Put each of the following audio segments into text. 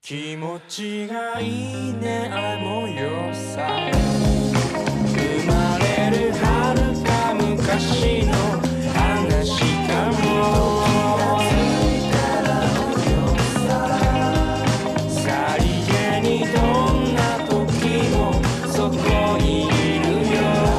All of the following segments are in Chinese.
気持ちがいいねあの夜さ生まれる遥か昔の話かもさりげにどんな時もそこにいるよ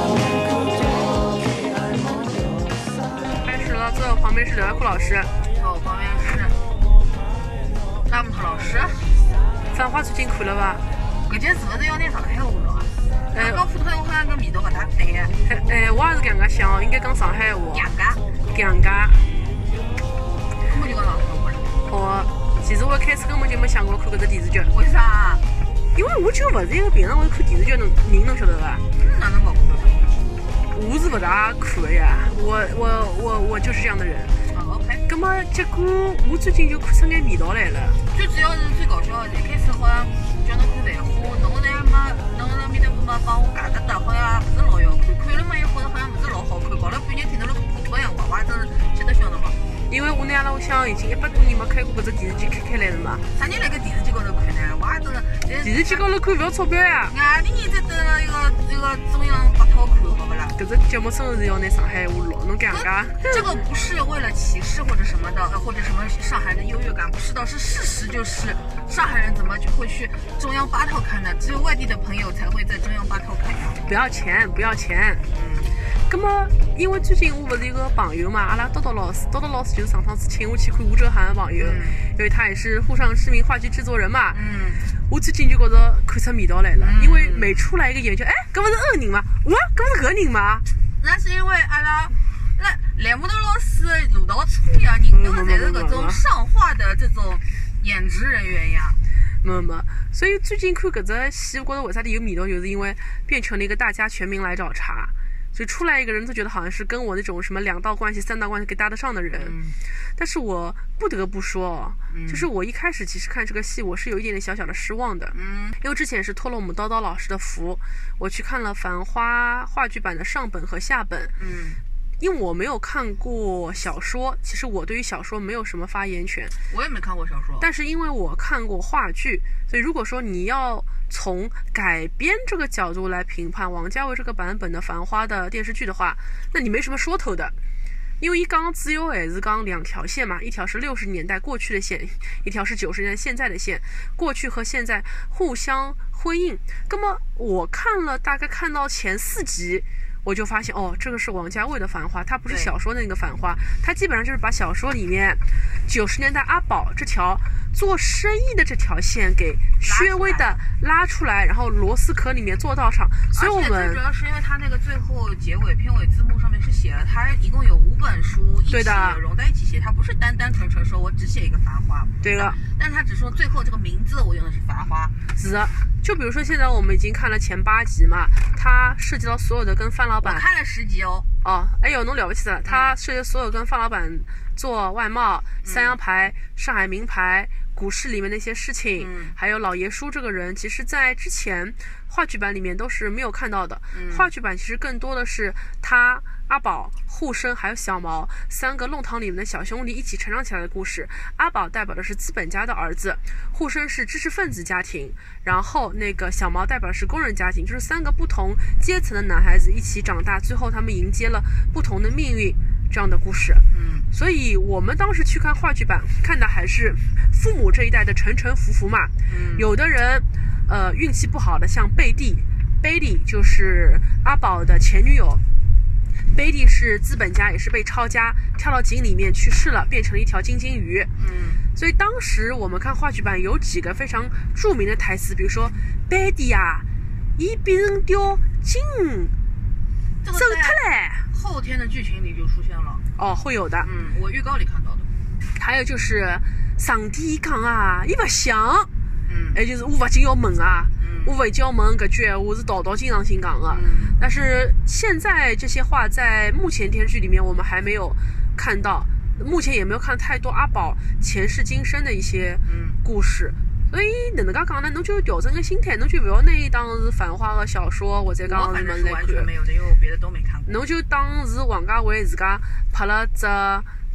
开始了，坐我旁边是刘爱库老师。 我旁边是拉木头老师。 繁花最近看了吧？ 搿节是勿是要拿上海话了啊？讲普通话好像搿味道勿大对啊。 我也是搿样个想，应该讲上海话。 洋家。 洋家。 根本就讲上海话了。 哦，其实我一开始根本就没想过看搿只电视剧。 为啥啊？ 因为我就勿是一个平常会看电视剧的人，侬晓得伐？ 哪能勿看的？ 我是勿大看的呀，我就是这样的人。 OK。 葛末结果我最近就看出眼味道来了。 最主要是最搞笑的，一开始好像叫侬看繁花，侬侪没，侬那面搭没帮我解答的，好像勿是老要看，看了嘛又觉着好像勿是老好看，搞了半日听到了普通闲话，我也真是气得笑侬了。 因为我拿阿拉屋里向已经100多年没开过搿只电视机开来了嘛。 啥人辣盖电视机高头看呢？我也真是。 电视机高头看勿要钞票呀。 外地人在等一个中央八套看，好不啦？ 搿只节目真的是要拿上海话录，侬讲讲。 这个不是为了歧视或者什么的，或者什么上海的优越感，不是的，是事实，就是上海人怎么就会去中央八套看呢？只有外地的朋友才会在中央八套看呀。 不要钱，不要钱。咁么，因为最近我不是有个朋友嘛，阿拉叨叨老师就是上趟子请我去看吴哲涵的朋友，因为他也是沪上知名话剧制作人嘛。我最近就觉着看出味道来了，因为每出来一个演员，哎，搿勿是搿个人吗？哇，搿勿是搿人吗？ 那是因为阿拉栏目头老师路到冲呀，人都侪是搿种上话的这种演职人员呀。 没，所以最近看搿只戏，我觉得为啥体有味道，就是因为变成了一个大家全民来找茬。就出来一个人都觉得好像是跟我那种什么2道关系3道关系给搭得上的人，但是我不得不说，就是我一开始其实看这个戏我是有一点点小小的失望的，因为之前是托了我们叨叨老师的福，我去看了《繁花》话剧版的上本和下本，因为我没有看过小说，其实我对于小说没有什么发言权， 我也没看过小说， 但是因为我看过话剧，所以如果说你要从改编这个角度来评判王家卫这个版本的《繁花》的电视剧的话，那你没什么说头的，因为刚只有还是刚2条线嘛，一条是60年代过去的线，一条是90年代现在的线，过去和现在互相辉映。那么我大概看到前4集。我就发现这个是王家卫的《繁花》，它不是小说的那个《繁花》，它基本上就是把小说里面90年代阿宝这条做生意的这条线给稍微的拉出来，然后螺丝壳里面做到场。所以我们最主要是因为它那个最后结尾片尾字幕上面是写了，它一共有5本书一起融在一起写，它不是单纯说我只写一个《繁花》。 对的。 但是它只说最后这个名字我用的是《繁花》。 是的。就比如说现在我们已经看了前8集嘛，它涉及到所有的跟范老板， 我看了10集哦。 哎呦，侬了不起了！它涉及所有跟范老板做外贸、三洋牌、上海名牌、股市里面那些事情，还有老爷叔这个人，其实在之前话剧版里面都是没有看到的。话剧版其实更多的是他、阿宝、沪生还有小毛3个弄堂里面的小兄弟一起成长起来的故事。阿宝代表的是资本家的儿子，沪生是知识分子家庭，然后那个小毛代表的是工人家庭，就是3个不同阶层的男孩子一起长大，最后他们迎接了不同的命运，这样的故事。所以我们当时去看话剧版，看的还是父母这一代的沉沉浮浮嘛。有的人运气不好的，像贝蒂就是阿宝的前女友，贝蒂是资本家，也是被抄家，跳到井里面去世了，变成了一条金金鱼。所以当时我们看话剧版有几个非常著名的台词，比如说贝蒂啊，伊变成条金走脱嘞。 后天的剧情里就出现了。 会有的。 我预告里看到的。 还有就是上帝讲啊，伊不想。就是我勿仅要问啊，我勿仅要问搿句闲话是导经常性讲的。但是现在这些话在目前电视剧里面我们还没有看到，目前也没有看太多阿宝前世今生的一些故事。所以哪能介讲呢？侬就调整个心态，侬就不要拿伊当是繁花的小说或者讲什么来看。 完全没有的，因为我别的都没看过。 侬就当是王家卫自家拍了只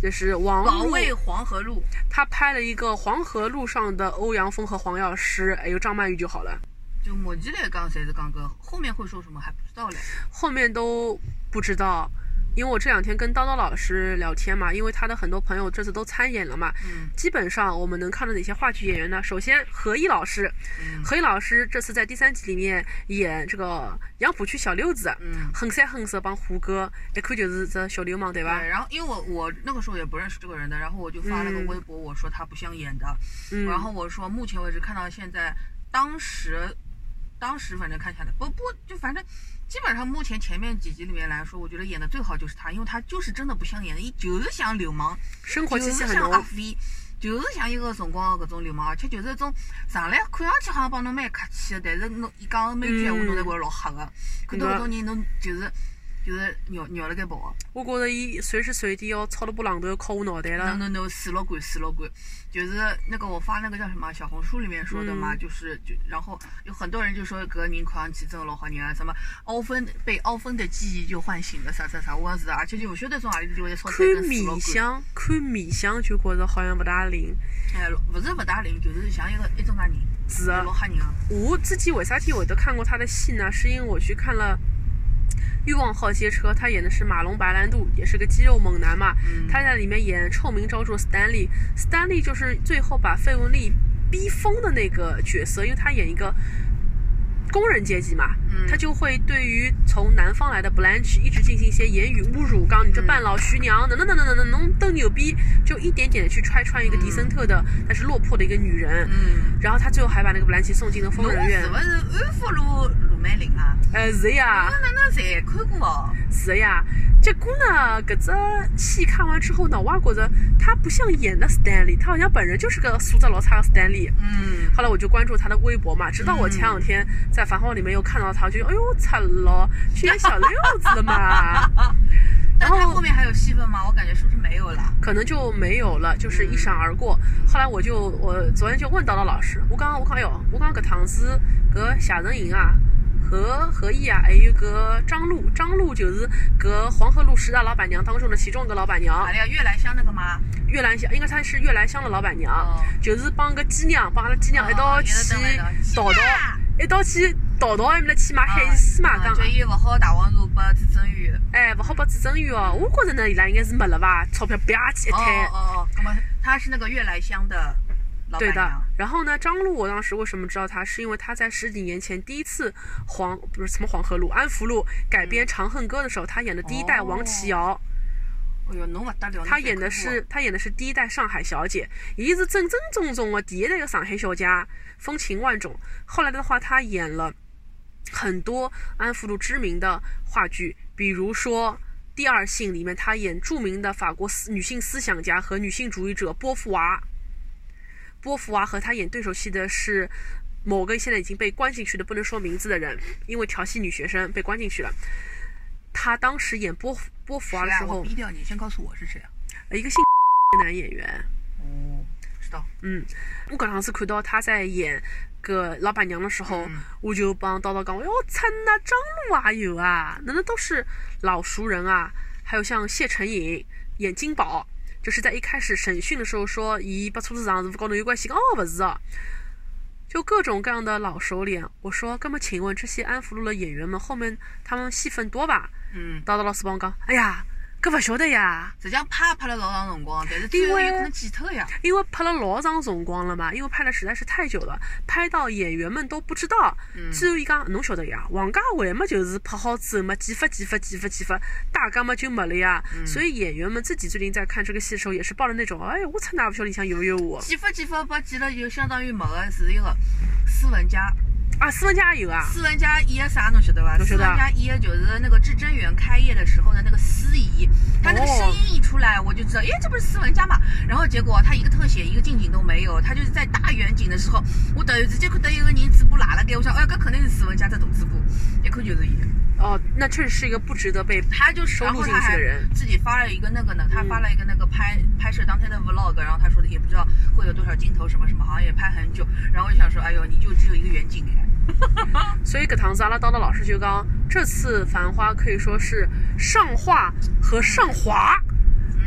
就是王璐， 保卫黄河路。 他拍了一个黄河路上的欧阳锋和黄药师，还有张曼玉就好了。 就目前来讲，侪是讲个后面会说什么还不知道嘞。 后面都不知道，因为我这两天跟叨叨老师聊天嘛，因为他的很多朋友这次都参演了嘛。基本上我们能看到哪些话剧演员呢？首先何毅老师，何毅老师这次在第3集里面演这个杨浦区小六子，横三横四帮胡歌，一看就是这小流氓，对吧？ 对，然后因为我那个时候也不认识这个人的，然后我就发了个微博，我说他不像演的，然后我说目前为止看到现在，当时反正看下来，不就反正基本上目前前面几集里面来说，我觉得演的最好就是他，因为他就是真的不像演的，伊就是像流氓， 生活气息很就是像浓阿飞，就是像一个辰光的搿种流氓，而且就是那种上来看上去好像帮侬蛮客气的，但是侬伊讲每句闲话侬侪觉得老黑的，看到搿种人侬就是绕了该跑。 我觉得伊随时随地要抄了把榔头要敲我脑袋了。 no 死了鬼，就是那个我发那个叫什么小红书里面说的嘛，然后有很多人就说搿人看上去真的老吓人啊，什么被凹分的记忆就唤醒了啥，我讲是的，而且就不晓得从哪里就会抄出来跟死了鬼。 看面相就觉着好像不大灵。 哎，不是不大灵，就是像一种啥人， 是的， 老吓人啊。 我自己为啥体我都看过他的戏呢？是因为我去看了欲望号街车，他演的是马龙白兰度，也是个肌肉猛男嘛。他在里面演臭名昭著 Stanley 就是最后把费雯丽逼疯的那个角色，因为他演一个工人阶级嘛，他就会对于从南方来的 Blanche 一直进行一些言语侮辱，告你这半老徐娘，能登牛逼，就一点点的去拆穿一个迪森特的但是落魄的一个女人。然后他最后还把那个 Blanche 送进了疯人院。 是不是安福路鲁美玲啊？ 是呀。 我哪能侪看过哦？ 是呀。结果呢，搿只戏看完之后呢，我也觉着他不像演的 Stanley， 他好像本人就是个素质老差的 Stanley。后来我就关注他的微博嘛，直到我前两天在《繁花》里面又看到他，就哎呦惨了，去演小六子了嘛。 然后他后面还有戏份吗？我感觉是不是没有了？ 可能就没有了，就是一闪而过。后来我昨天就问叨叨老师，我讲哎哟，我讲搿趟子搿谢承颖啊。何毅啊，还有个张璐就是个黄河路10大老板娘当中的其中一个老板娘。 哎呀，悦来香那个吗？ 悦来香应该她是悦来香的老板娘，就是帮个鸡娘帮阿拉鸡娘一道去淘淘埃面搭去买海鲜丝嘛，讲。 就伊勿好大王茶拨至臻园。 哎，勿好拨至臻园哦，我觉着呢，伊拉应该是没了吧，钞票吧唧一摊。 那么他是那个悦来香的。 对的，然后呢，张璐我当时为什么知道他，是因为他在10几年前第一次不是什么黄河路安福路改编《长恨歌》的时候，他演的第一代王琦瑶。 哎呦，侬勿得了！ 他演的是第一代上海小姐，伊是正宗的第一代的上海小姐，风情万种。后来的话，他演了很多安福路知名的话剧，比如说《第二性》里面，他演著名的法国女性思想家和女性主义者波伏娃和他演对手戏的是某个现在已经被关进去的不能说名字的人，因为调戏女学生被关进去了。他当时演波伏娃的时候， 我逼掉你，先告诉我是谁啊？ 一个姓男演员。 知道。 我刚上次看到他在演个老板娘的时候，我就帮叨叨讲，哟，参那张璐也有啊，那都是老熟人啊。还有像谢承颖演金宝。就是在一开始审讯的时候说，伊把车子上是高头有关系，不是啊，就各种各样的老熟脸。我说，那么请问这些安福路的演员们后面他们戏份多吧？叨叨老师帮我讲，哎呀，搿勿晓得呀。 实际上拍了老长辰光，但是最后有可能剪脱呀。 因为拍了老长辰光了嘛，因为拍的实在是太久了，拍到演员们都不知道。最后伊讲，侬晓得呀，王家卫嘛就是拍好之后嘛，几发，大纲嘛就没了呀。所以演员们自己最近在看这个戏的时候，也是抱着那种，哎，我操，哪不晓得里向有没有我。 几发把剪了就相当于没的是一个施文佳。 施文佳也有啊。 施文佳演啥侬晓得吧？施文佳演就是那个至臻园开业的时候的那个司仪，他那个声音一出来，我就知道，这不是施文佳嘛？然后结果他一个特写一个近景都没有，他就是在大远景的时候，我突然之间看到一个人嘴巴拉了该，我想，这肯定是施文佳在动嘴巴，一看就是伊。 那确实是一个不值得被他就收录进去的人。 自己发了一个那个呢，他发了一个那个拍摄当天的 vlog， 然后他说的也不知道会有多少镜头什么，好像也拍很久。然后我就想说，哎呦，你就只有一个远景哎。 所以搿趟子阿拉叨叨老师就讲，这次《繁花》可以说是上画和上滑。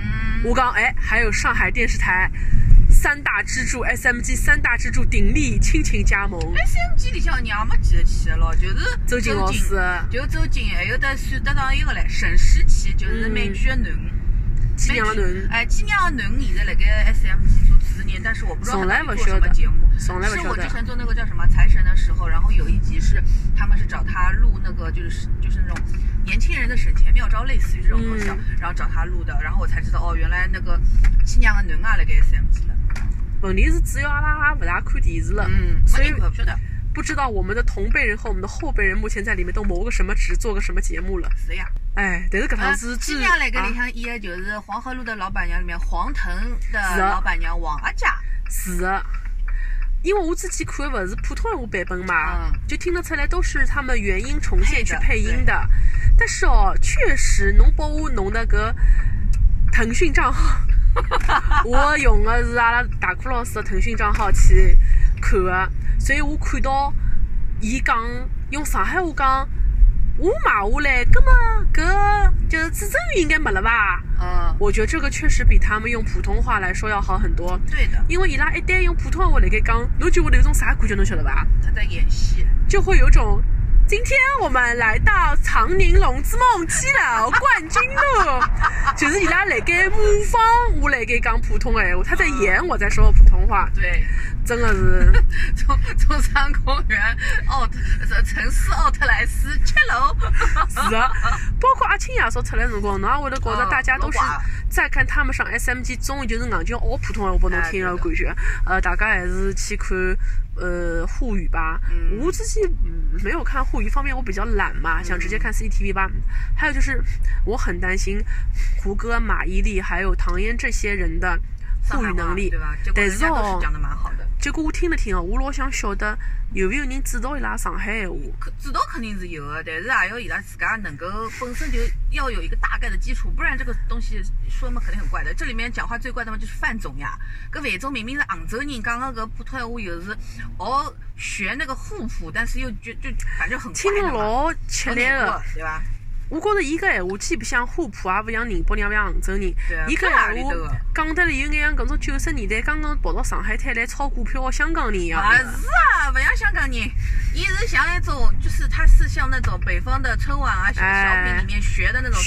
我讲还有上海电视台三大支柱 SMG 三大支柱鼎力亲情加盟。 SMG 里向娘没记得起的咯，就是周瑾老师， 就周瑾，还有得算得上一个嘞，沈诗琪，就是美剧的囡。 鸡娘的囡。 鸡娘的囡现在辣盖 SMG 做主持人，但是我不知道他做什么节目。是我之前做那个叫什么财神的时候，然后有一集是他们是找他录那个就是那种年轻人的省钱妙招，类似于这种东西，然后找他录的，然后我才知道原来那个鸡娘的囡啊辣盖 SMG 了。 问题是主要阿拉不大看电视了，所以不知道我们的同辈人和我们的后辈人目前在里面都谋个什么职，做个什么节目了。 是呀。 但是搿趟是鸡娘辣盖里向演的就是黄河路的老板娘里面黄腾的老板娘王阿佳。 是的。因为我之前看的不是普通话版本嘛，就听得出来都是他们原音重现去配音的。但是确实侬帮我弄那个腾讯账号，我用的是阿拉大库老师的腾讯账号去看的，所以我看到伊讲用上海话讲，我买下来，葛么搿就是字正语应该没了吧？我觉得这个确实比他们用普通话来说要好很多。 对的， 因为伊拉一旦用普通话来给讲，侬就会有种啥感觉，侬晓得吧？ 他在演戏， 就会有种。今天我们来到长宁龙之梦7楼冠军路，就是伊拉辣盖模仿我辣盖讲普通闲话，他在演我在说普通话。 对， 真的是中山公园城市奥特莱斯7楼。 是的，包括阿青爷说出来的辰光，侬也会得觉得大家都是在看他们上 SMG 综艺，就是硬劲学普通话拨侬听的感觉。大家还是去看沪语吧。我自己没有看沪语方面，我比较懒嘛，想直接看 CCTV 吧。还有就是我很担心胡歌、马伊琍还有唐嫣这些人的沪语能力， 对吧？但是讲的蛮好的。 结果我听了听我老想晓得有没有人指导伊拉上海话。 指导肯定是有的，但是也要伊拉自家能够本身就要有一个大概的基础，不然这个东西说嘛肯定很怪的。这里面讲话最怪的嘛就是范总呀，搿范总明明是杭州人，讲个搿普通话又是学那个沪普，但是又就反正很怪的嘛， 听得老吃力的， 对吧？ 我觉着伊个闲话既不像沪普，也不像宁波人，也不像杭州人。伊个闲话讲得来有眼像搿种90年代刚刚跑到上海滩来炒股票的香港人一样。 是啊，不像香港人，伊是像那种，就是他是像那种北方的春晚啊、小品里面学的那种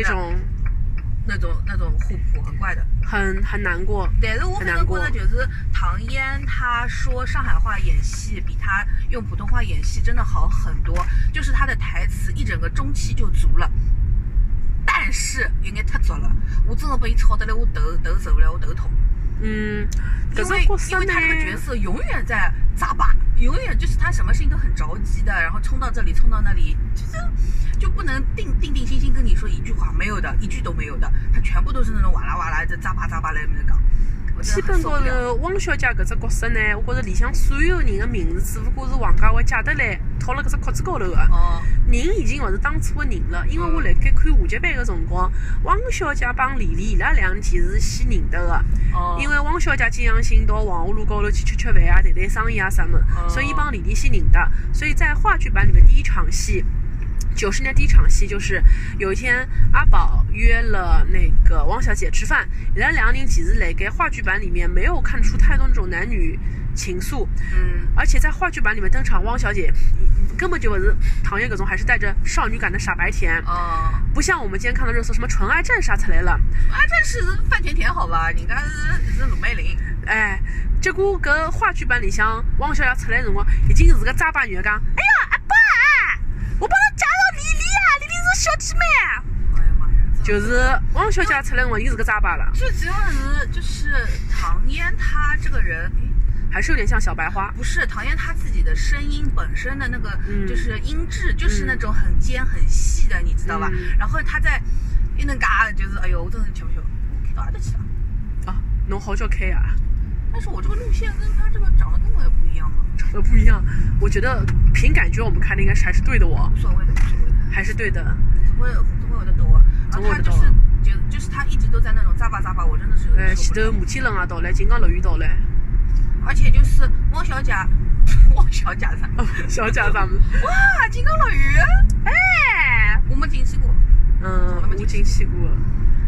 沪普，很怪的， 很难过。 但是我反正觉得就是唐嫣她说上海话演戏比她用普通话演戏真的好很多，就是她的台词一整个中气就足了。但是有眼太足了，我真的被伊吵得来，我头受不了，我头痛。因为他这个角色永远在扎巴，永远就是他什么事情都很着急的，然后冲到这里冲到那里，就不能定心心跟你说一句话，没有的，一句都没有的，他全部都是那种哇啦哇啦的扎巴来那讲。 基本高头汪小姐搿只角色呢，我觉着里向所有人的名字只不过是王家卫借得来套了搿只壳子高头的。人已经勿是当初的人了，因为我辣盖看下集版的辰光，汪小姐帮李丽伊拉两天是先认得的。因为汪小姐经常性到黄河路高头去吃饭啊、谈生意啊什么，所以帮李丽先认得。所以在话剧版里面第一场戏。90年第一场戏就是有一天阿宝约了那个汪小姐吃饭，伊拉两个人其实辣盖话剧版里面没有看出太多那种男女情愫，而且在话剧版里面登场汪小姐根本就不是唐嫣搿种还是带着少女感的傻白甜，不像我们今天看到热搜什么纯爱战杀出来了， 纯爱战是范甜甜好吧，人家是鲁美玲， 结果搿话剧版里向汪小姐出来的辰光已经是个扎巴女的讲，哎呀阿爸，我帮他介绍李丽啊，李丽是小姐妹啊。 哎呀妈呀！ 就是汪小姐出来我已经是个扎巴了。 最主要是就是唐嫣她这个人， 还是有点像小白花。 不是唐嫣她自己的声音本身的那个就是音质，就是那种很尖很细的，你知道吧？然后她在一能嘎就是哎呦，我真的瞧不瞧，我开到哪里去了？ 侬好叫开啊！ 但是我这个路线跟她这个长得根本也不一样啊。 不一样，我觉得凭感觉我们看的应该还是对的哦。 无所谓的， 还是对的。 总会有的多。然后他就是他一直都在那种扎巴，我真的是有点受不了。 前头摩天轮也到了，金刚乐园到了。 而且就是汪小姐啥？ 小姐啥么？ 哇，金刚乐园！我没进去过。 我进去过。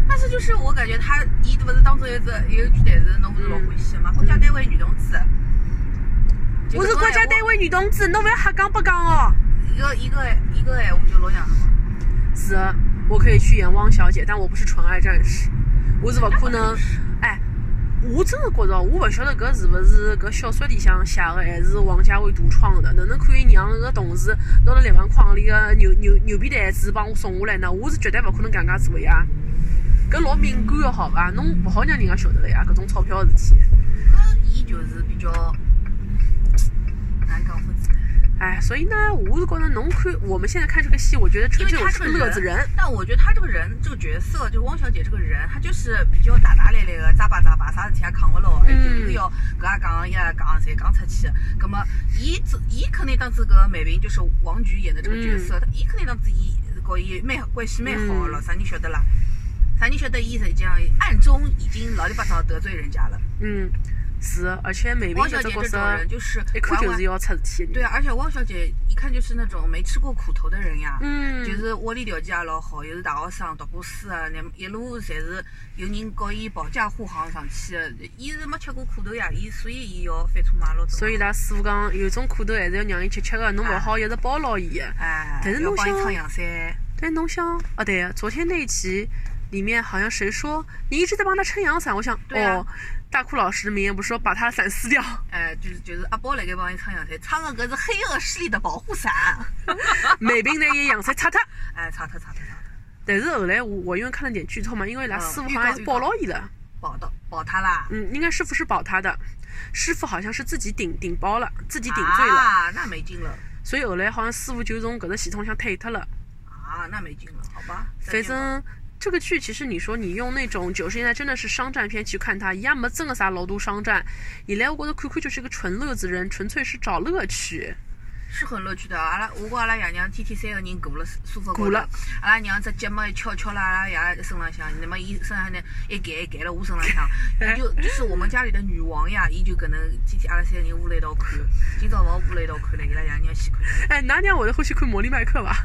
但是就是我感觉伊不是当中有句台词，侬不是老欢喜嘛？国家单位女同志。 我是国家单位女同志，侬勿要瞎讲八讲哦。 一个闲话就老像了。 是，我可以去演汪小姐，但我不是纯爱战士，我是勿可能。哎，我真的觉着，我勿晓得搿是勿是搿小说里向写的，还是王家卫独创的？哪能可以让搿同事拿了2万块里个牛皮袋子帮我送下来呢？我是绝对勿可能搿能介做呀！搿老敏感的好伐？侬勿好让人家晓得个呀，搿种钞票的事体。 搿伊就是比较难讲法子。 哎，所以呢，我是觉得侬看我们现在看这个戏，我觉得纯粹我是个乐子人。 但我觉得他这个人，这个角色，就是汪小姐这个人，她就是比较大大咧咧的，扎巴，啥事体也扛不牢，就是要搿也讲呀讲，侪讲出去。葛么，伊肯定当时搿美萍就是王菊演的这个角色，伊肯定当时伊和伊关系蛮好了，啥人晓得啦？啥人晓得伊实际上暗中已经老里八糟得罪人家了。 是，而且美萍这个角色就是一看就是要出事体。 对啊，而且汪小姐一看就是那种没吃过苦头的人呀。就是屋里条件也老好，又是大学生，读过书啊，一路侪是有人告伊保驾护航上去的。伊是没吃过苦头呀，所以伊要翻车马路。 所以拉师傅讲，有种苦头还是要让伊吃的，侬勿好一直包牢伊。但是侬想，但侬想，对，昨天那一集里面好像谁说你一直在帮他撑阳伞？我想，大哭老师的名言不是说把他的伞撕掉？ 就是阿宝来给帮伊撑阳伞，撑的搿是黑恶势力的保护伞。 美萍呢也阳伞擦他， 擦他。 但是后来我因为看了点剧透嘛，因为师傅好像是保牢伊了， 保他啦。 应该师傅是保他的，师傅好像是自己顶包了，自己顶罪了。 那没劲了。 所以后来好像师傅就从搿个系统上退脱了。 那没劲了，好吧。 反正。这个剧其实你说你用那种90年代真的是商战片去看它，也没真的啥老多商战。以来我觉得看就是一个纯乐子人，纯粹是找乐趣。 是很乐趣的。我跟阿拉爷娘天3个人过了舒服过了。阿拉娘只脚嘛翘了阿拉爷身浪向，那么伊身上呢一盖了我身浪向，就是我们家里的女王呀，伊就搿能天阿拉3个人窝辣一道看。今朝勿窝辣一道看了，伊拉爷娘先看。 哎，㑚娘会得欢喜看《魔力麦克》伐？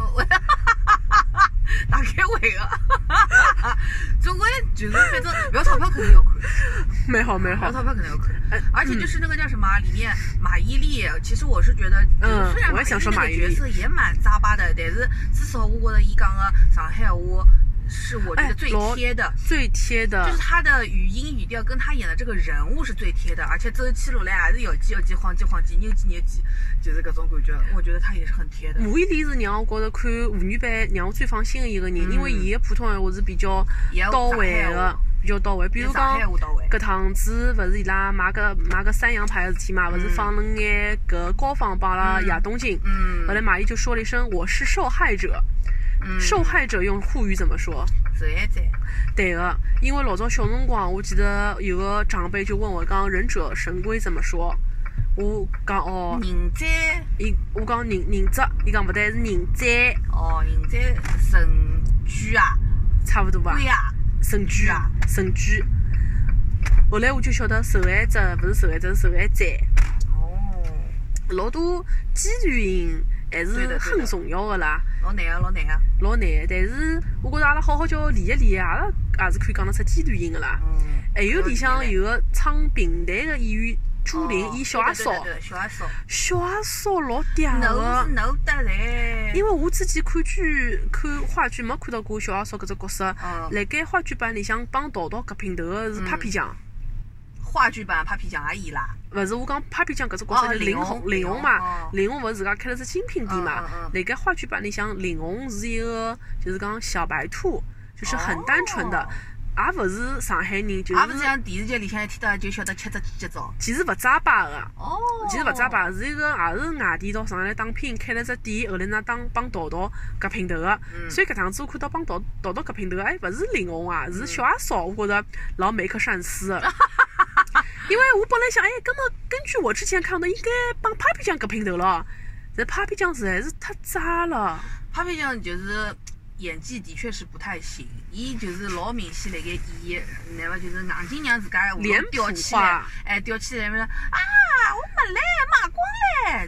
大概会的，总归就是反正不要钞票肯定要看， 蛮好。不要钞票肯定要看，而且就是那个叫什么，里面马伊琍，其实我是觉得，虽然马伊琍那个角色也蛮扎巴的，但是至少我觉得伊讲的上海话是我觉得最贴的，就是他的语音语调跟他演的这个人物是最贴的，而且走起路来还是摇几晃几，扭几，就是搿种感觉，我觉得他也是很贴的。马伊琍是让我觉得看妇女版让我最放心的一个人，因为伊的普通闲话是比较到位的，比如讲搿趟子勿是伊拉买个三羊牌的事体嘛，勿是放了眼搿高仿帮阿拉亚东京，后来马伊就说了一声我是受害者。受害者用沪语怎么说？ 受害者。 对的，因为老早小辰光，我记得有个长辈就问我，讲忍者神龟怎么说？我讲人灾。 我讲人灾，伊讲勿对，是人灾。 人灾神居啊， 差不多吧。 对呀， 神居啊，神居。后来我就晓得受害者勿是受害者，是受害灾。老多基于音还是很重要的啦。 老难的， 但是我觉着阿拉好好叫练一练，阿拉也是可以讲得出基段音的啦。还有里向有个唱平台的演员朱琳，演小阿嫂，小阿嫂老嗲的。 侬得嘞。 因为我之前看话剧没看到过小阿嫂搿只角色，辣盖话剧版里向帮桃桃夹平头的是 Papi 酱。 话剧版 Papi 酱也演啦。 勿是我讲 Papi 酱搿只角色是林红嘛，林红勿是自家开了只精品店嘛？辣盖话剧版里向，林红是一个就是讲小白兔，就是很单纯的，也勿是上海人，就是。也勿是像电视剧里向一听到就晓得吃只鸡脚糟。 其实勿扎巴个。其实勿扎巴，是一个也是外地到上海来打拼，开了只店，后来呢帮桃桃夹平头个。所以搿趟子我看到帮桃桃夹平头，勿是林红啊，是小阿嫂，我觉着老美克善斯的。因为我本来想，根本根据我之前看到，应该帮 Papi 酱夹平头了，但 Papi 酱实在是太渣了。 Papi 酱就是演技的确是不太行，伊就是老明显辣盖演，那么就是硬劲让自家脸吊起来，吊起来，我没来，骂光嘞，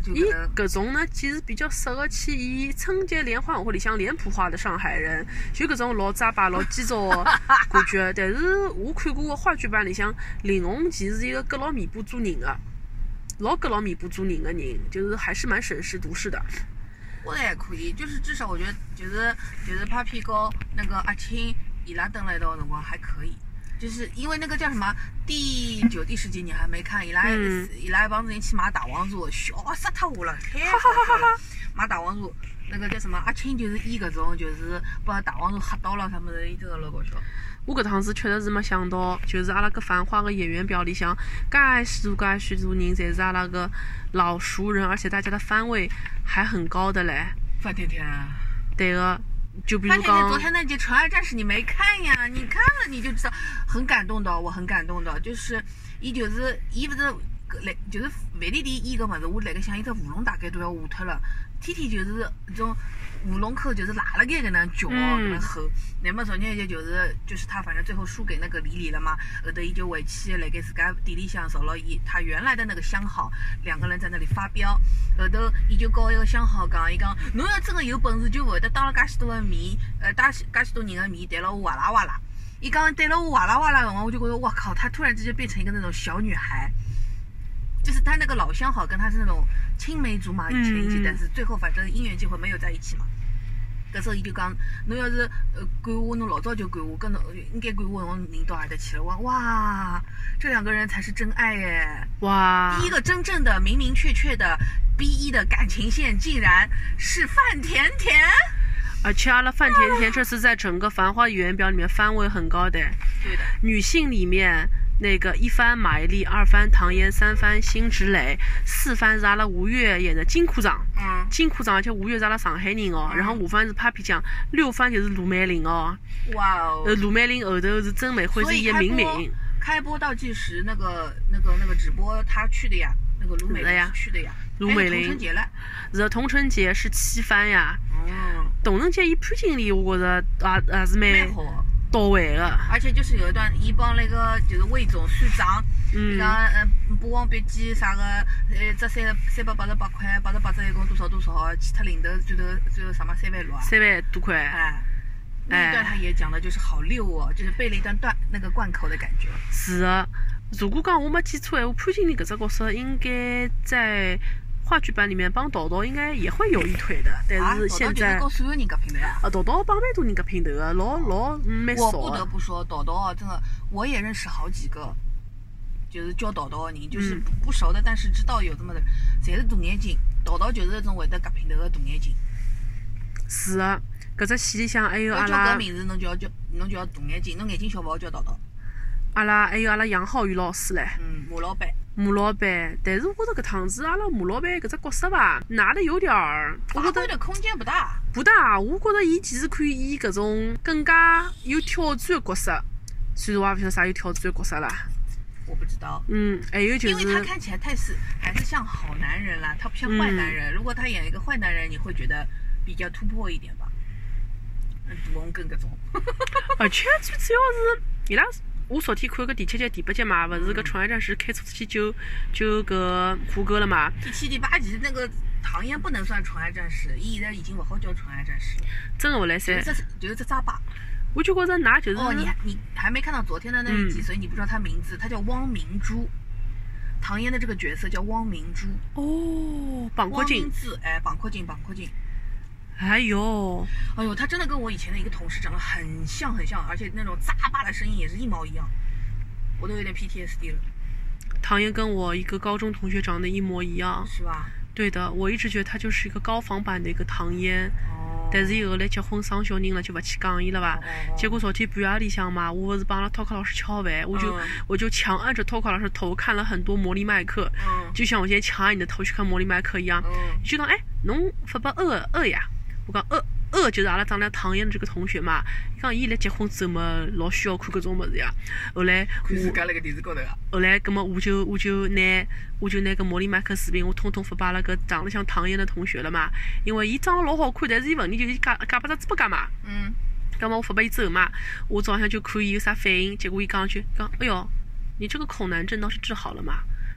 就伊搿搿种呢，其实比较适合去演春节联欢晚会里向脸谱化的上海人，就搿种老扎巴、老基造的感觉。但是我看过个话剧版里向，林红旗是一个割牢面部做人的，老割牢面部做人的人，就是还是蛮审时度势的。 我觉得还可以，就是至少我觉得就是Papi 和那个阿青伊拉登了一道的辰光还可以。就是因为那个叫什么第9、第10集你还没看，伊拉一帮子人去买大王座，笑死脱我了，太好笑了。买大王座，那个叫什么阿青就是演搿种就是把大王座吓到了，他们的真的老搞笑。 我搿趟子确实是没想到，就是阿拉搿繁花个演员表里向，介许多人，侪是阿拉个老熟人，而且大家的番位还很高的嘞。 范甜甜， 对个。就比范甜甜如讲， 昨天那集《纯爱战士》你没看呀？你看了你就知道，很感动的，我很感动的。就是伊不是来，就是饭店里演个物事，我辣盖想，伊只舞龙大概都要下脱了，天天就是这种舞龙口就是拉了盖搿能叫搿能吼。那么昨天就是他反正最后输给那个李李了嘛，后头伊就回去辣盖自家店里向找了他原来的那个相好，两个人在那里发飙。后头伊就告一个相好讲，伊讲侬要真的有本事就勿会得当了介许多个面，介许多人个面对了我哇啦哇啦。伊讲对了我哇啦哇啦的辰光，我就觉得哇靠，他突然之间变成一个那种小女孩。就是他那个老相好跟他是那种青梅竹马以前一起，但是最后反正因缘际会没有在一起嘛。搿时候伊就讲，侬要是管我，侬老早就管我，跟侬应该管我，侬人到何里去了？哇，这两个人才是真爱耶！ 哇， 第一个真正的明明确确的 B1 的感情线，竟然是范甜甜。 而且阿拉范甜甜这次在整个繁花演员表里面番位很高的。 对的。 女性里面。那个1番马伊琍，2番唐嫣，3番辛芷蕾，4番是阿拉吴越演的金科长。金科长，而且吴越是阿拉上海人哦。然后5番是 Papi 酱，6番就是卢美玲哦。 哇哦。 卢美玲后头是真美惠，是演明明。 开播倒计时那个直播他去的呀，那个卢美玲是去的呀。 卢美玲。 童承杰了。 是童承杰是7番呀。童承杰伊潘经理，我觉着也是蛮好。 到位的， 而且就是有一段，伊帮那个就是魏总算账，伊讲霸王别姬啥个，这388块，88只一共多少，去脱零头，最后什么3万6啊 ？3万多块。 那一段他也讲的就是好溜哦，就是背了一段那个贯口的感觉。 是的，如果讲我没记错，潘经理搿只角色应该在话剧版里面帮导导应该也会有一腿的，但是现在导导所有人搿拼头啊， 导导帮蛮多人搿拼头的，老蛮少。 我不得不说，导导真的，我也认识好几个，就是叫导导的人，就是不熟的，但是知道有这么的，侪是大眼睛。导导就是那种会得搿拼头的大眼睛。 是的，搿只戏里向还有阿拉。 叫搿名字侬就要大眼睛，侬眼睛小勿好叫导导。 阿拉还有阿拉杨浩宇老师唻。马老板，但是我觉着搿趟子阿拉马老板搿只角色吧，拿的有点儿，我觉得空间不大。 不大，我觉着伊其实可以演搿种更加有挑战的角色。虽然我也勿晓得啥有挑战的角色啦。 我不知道。 还有就是， 因为他看起来还是像好男人啦，他不像坏男人。如果他演一个坏男人，你会觉得比较突破一点吧？杜洪根搿种。 而且最主要是伊拉。我昨天看个第7集、第8集嘛，勿是搿纯爱战士开车出去救搿胡歌了嘛？ 第7、第8集那个唐嫣不能算纯爱战士，伊现在已经勿好叫纯爱战士了。 真的勿来塞。 就是这扎巴。 我就觉着㑚就是。 哦，你还没看到昨天的那一集，所以你不知道他名字，他叫汪明珠。唐嫣的这个角色叫汪明珠。 哦，绑阔镜。 绑阔镜。 哎呦， 他真的跟我以前的一个同事长得很像，而且那种扎巴的声音也是一毛一样，我都有点 PTSD 了。 唐嫣跟我一个高中同学长得一模一样， 是吧？ 对的，我一直觉得她就是一个高仿版的一个唐嫣。但是伊后来结婚生小人了，就勿去讲伊了吧。结果昨天半夜里向嘛，我不是帮阿拉托克老师吃好饭，我就强按着托克老师头看了很多魔力麦克，就像我现在强按你的头去看魔力麦克一样。就讲侬发把二呀。我讲就是阿拉长得唐嫣的这个同学嘛，伊讲伊来结婚之后嘛，老需要看搿种物事呀。后来看自家辣盖电视高头啊。 后来，葛末我就拿个魔力麦克视频，我统统发把阿拉搿长得像唐嫣的同学了嘛。因为伊长得老好看，但是伊问题就是假把只嘴巴夹嘛。葛末我发拨伊之后嘛，我早上就看伊有啥反应，结果伊讲句哎哟，你这个恐男症倒是治好了嘛？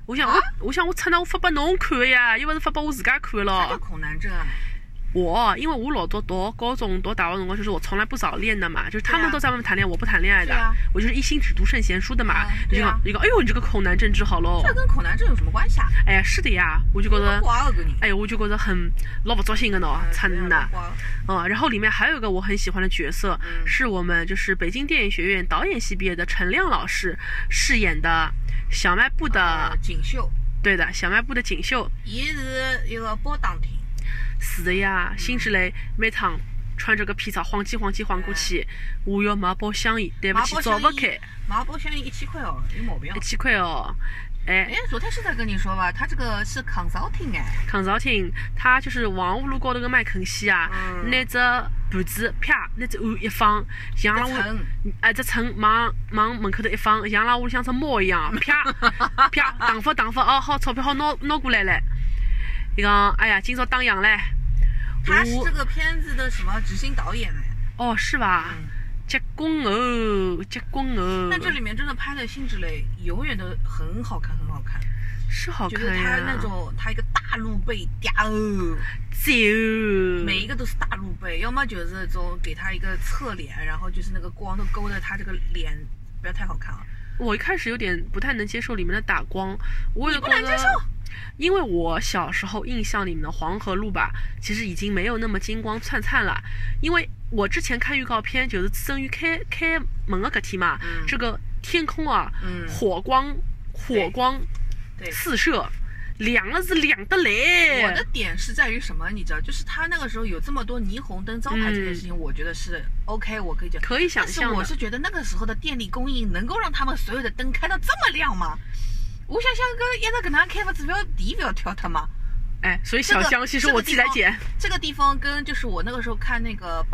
我想我出那我发拨侬看的呀，又勿是发拨我自家看的啥叫咯。 恐男症啊？ 因为我老早读高中、读大学辰光，就是我从来不早恋的嘛，就是他们对啊都在外面谈恋爱，我不谈恋爱的， 对啊我就是一心只读圣贤书的嘛。 对啊一个，哎呦，你这个恐男症治好喽！ 这跟恐男症有什么关系啊？ 哎呀，是的呀，我就觉得， 瓜个人。 哎呦，我就觉得很老不糟心的喏，惨呐。然后里面还有一个我很喜欢的角色，是我们就是北京电影学院导演系毕业的陈亮老师饰演的小卖部的， 锦绣， 对的，小卖部的锦绣。 伊是一个包打听。 是的呀，辛芷蕾每趟穿着个皮草晃过去，我要买包香烟，对不起，找不开， 买包香烟1000块哦，有毛病哦。 1000块哦。哎， 昨天是在跟你说吧，他这个是 consulting 哎 ，consulting，他就是王屋路高头个麦肯锡啊，拿只盘子啪，拿只碗一放，像拉我只秤往门口头一放，像拉屋里像只猫一样，啪啪打发哦，好钞票好拿过来了。伊讲，哎呀，今朝打烊嘞。 他是这个片子的什么执行导演哎？ 哦，是吧？结棍哦，结棍哦。 但这里面真的拍的辛芷蕾永远都很好看，很好看。 是好看呀。 就是他那种，他一个大露背，嗲哦，每一个都是大露背，要么就是这种给他一个侧脸，然后就是那个光都勾着他这个脸，不要太好看了。 我一开始有点不太能接受里面的打光，我也不能接受。 因为我小时候印象里面的黄河路吧，其实已经没有那么金光灿灿了。因为我之前看预告片，就是自从于开门的搿天嘛，这个天空啊，火光四射，亮了是亮得来。 我的点是在于什么？你知道，就是他那个时候有这么多霓虹灯招牌这件事情，我觉得是 OK， 我可以讲， 可以想象的。 但是我是觉得那个时候的电力供应能够让他们所有的灯开到这么亮吗？我想想个一直搿能开，勿指标地不要跳脱嘛。 哎，所以小江其实我自己来剪。 这个地方跟就是我那个时候看那个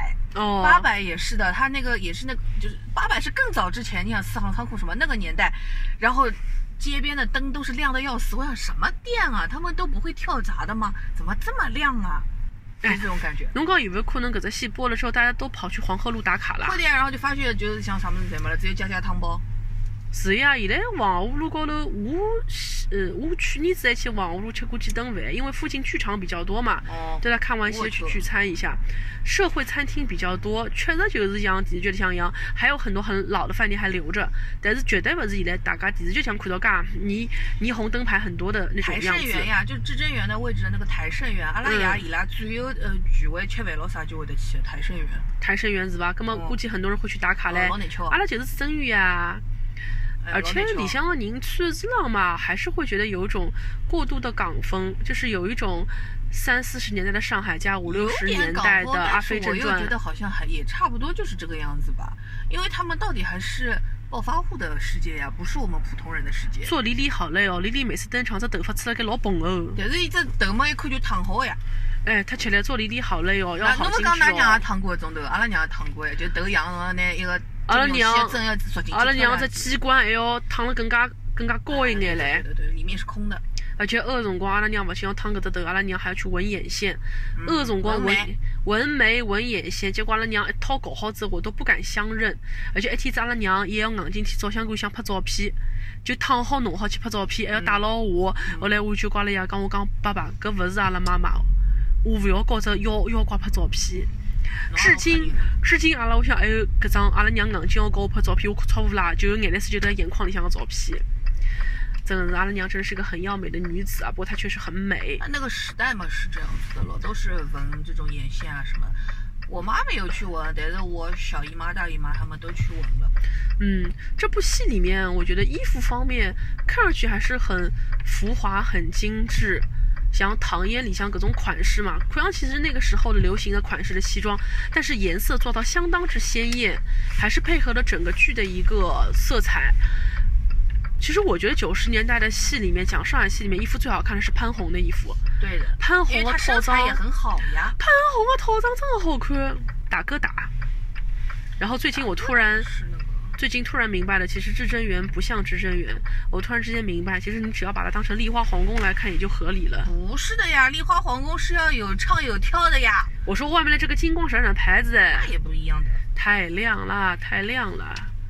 800也是的，他那个也是那个就是800是更早之前，你想四行仓库什么那个年代，然后街边的灯都是亮的要死。我想什么店啊，他们都不会跳闸的吗？怎么这么亮啊？就是这种感觉。 侬讲有没有可能搿只戏播了之后，大家都跑去黄河路打卡了？ 会的呀，然后就发觉就是像啥么子侪没了，只有家汤包。 是呀，现在黄河路高头，我去年子还去黄河路吃过几顿饭，因为附近剧场比较多嘛，对他看完戏去聚餐一下。社会餐厅比较多，确实就是像电视剧里向一样，还有很多很老的饭店还留着，但是绝对不是现在大家电视剧上看到噶霓虹灯牌很多的那种样子。 台盛园呀，就至臻园的位置的那个台盛园，阿拉爷伊拉最后聚会吃饭咯啥就会得去台盛园。 台盛园是吧？那么估计很多人会去打卡嘞。阿拉就是至臻园呀。而且里向的人穿衣裳嘛，还是会觉得有一种过度的港风，就是有一种30-40年代的上海加50-60年代的阿飞正传。 我又觉得好像也差不多就是这个样子吧，因为他们到底还是暴发户的世界呀，不是我们普通人的世界。 做李李好累哦，李李每次登场这头发出来该老蓬哦。 但是伊这头嘛一看就烫好呀。 哎，他起来做李李好累哦，要好精致哦。 侬讲㑚娘也烫过一种头，阿拉娘也烫过呀，就头痒了拿一个。 阿拉娘这机关还要烫了更加高一眼嘞。 对，里面是空的。 而且辰光阿拉娘勿仅要烫搿只头，阿拉娘还要去纹眼线。辰光纹眉、纹眼线，结果阿拉娘一套搞好之后，我都不敢相认。而且一天子阿拉娘也要硬进去照相馆想拍照片，就烫好弄好去拍照片，还要带牢我。后来我就跟阿拉爷讲，我讲爸爸，搿勿是阿拉妈妈，我勿要搞着妖怪拍照片。至今阿拉屋里向还有搿张阿拉娘硬劲要搞我拍照片，我哭错误啦，就有眼泪水就在眼眶里向的照片。真的是阿拉娘真是个很要美的女子啊，不过她确实很美。 那个时代嘛是这样子的了，都是纹这种眼线啊什么。我妈没有去纹，但是我小姨妈、大姨妈她们都去纹了。 这部戏里面我觉得衣服方面看上去还是很浮华、很精致。像唐嫣里像各种款式嘛，看上去是那个时候的流行的款式的西装，但是颜色做到相当之鲜艳，还是配合了整个剧的一个色彩。其实我觉得90年代的戏里面，讲上海戏里面衣服最好看的是潘虹的衣服。 对的， 潘虹的套装也很好呀。 潘虹的套装真的好看，打疙瘩。然后最近突然明白了，其实至臻园不像至臻园。我突然之间明白，其实你只要把它当成丽花皇宫来看，也就合理了。 不是的呀，丽花皇宫是要有唱有跳的呀。 我说外面的这个金光闪闪牌子， 那也不一样的。 太亮了，太亮了。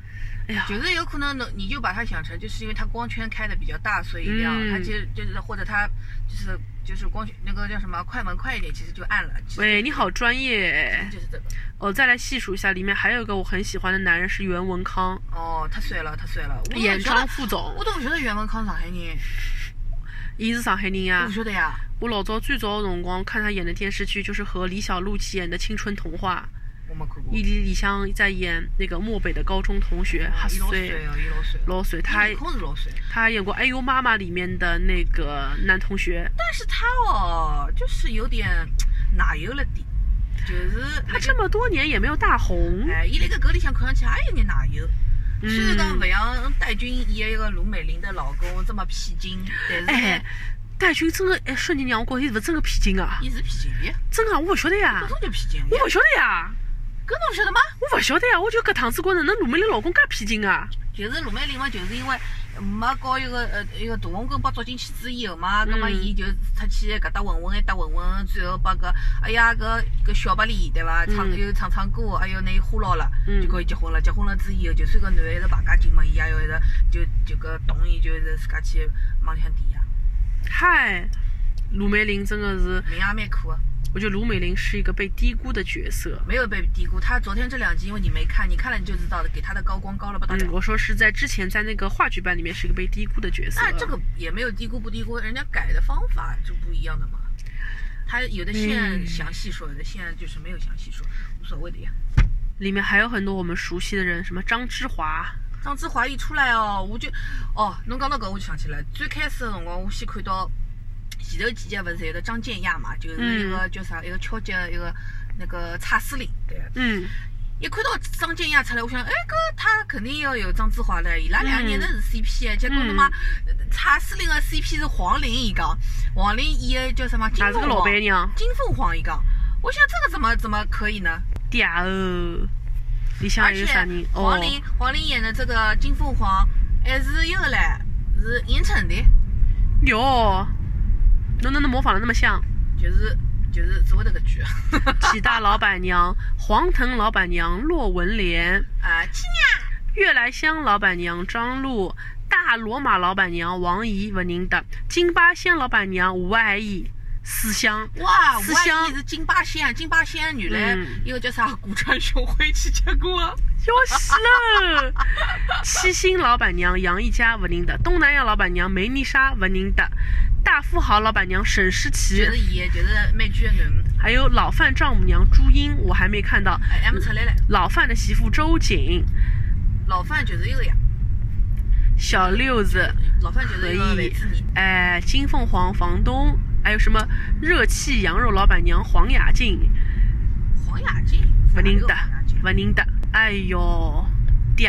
哎呀， 就是有可能你就把它想成，就是因为它光圈开的比较大，所以亮。它就是或者它就是光圈那个叫什么快门快一点，其实就暗了。 喂，你好专业。 就是这个。 再来细数一下，里面还有一个我很喜欢的男人是袁文康。 他帅了。 演张副总。 我都不晓得袁文康上海人。 伊是上海人呀。 我不晓得呀。 我老早最早的辰光看他演的电视剧，就是和李小璐演的《青春童话》。 我没看过。 李湘在演那个漠北的高中同学，8岁，老帅。他还演过《哎呦妈妈》里面的那个男同学。 但是他就是有点奶油了点。就是他这么多年也没有大红。 伊那个歌里向看上去也有点奶油。虽然讲不像戴军演一个卢美玲的老公这么屁精，但是戴军真的瞬间让我觉得伊是不是真的屁精啊？ 伊是屁精的。 真的，我不晓得呀。 搿种就屁精。 我不晓得呀。 搿侬晓得吗？ 我不晓得呀，我就搿趟子觉着，那卢美玲老公介屁精啊。 就是卢美玲嘛，就是因为没搞一个大红根把抓进去之以后嘛，葛么伊就出去搿搭混，最后把搿小白脸对伐？唱歌，还有那花牢了，就可以结婚了。结婚了之以后，就算搿男的一直败家精嘛，伊也要一直就搿同意，就是自家去往里向填呀。 嗨，卢美玲真的是命也蛮苦的。 我觉得卢美玲是一个被低估的角色。 没有被低估，她昨天这2集因为你没看，你看了你就知道的，给她的高光高了不得了。 我说是在之前在那个话剧班里面是一个被低估的角色。 那这个也没有低估不低估，人家改的方法就不一样的嘛。他有的线详细说，有的线就是没有详细说，无所谓的呀。 里面还有很多我们熟悉的人，什么张之华。 张之华一出来我就侬讲到搿我就想起来，最开始的辰光我先看到。前头几集不是有个张建亚嘛，就是一个叫啥，一个敲击一个那个蔡司令，对。一看到张建亚出来，我想，搿他肯定要有张之华的，伊拉2人那是 CP 结果他妈蔡司令的 CP 是黄龄，伊讲黄龄演的叫什么？金凤凰。 老板娘。 金凤凰，伊讲，我想这个怎么可以呢？ 嗲哦，里向有啥人？ 黄龄演的这个金凤凰，还是一个嘞，是严惩的。 哟。能模仿的那么像， 就是只会这个剧。 启大老板娘、黄腾老板娘骆文莲悦来香老板娘张璐、大罗马老板娘王怡不认得，金八仙老板娘吴爱义、思香。 哇，吴爱义是金八仙原来一个叫啥古川雄辉去结过。 要死了！七星老板娘杨一佳不认得，东南亚老板娘梅丽莎不认得。大富豪老板娘沈诗琪， 就是美剧的男， 还有老范丈母娘朱茵，我还没看到。 还没出来嘞。 老范的媳妇周瑾， 老范就是一个呀。 小六子， 老范就是一个维兹尼。 金凤凰房东，还有什么热气羊肉老板娘黄雅静。 黄雅静， 不认得。哎哟，嗲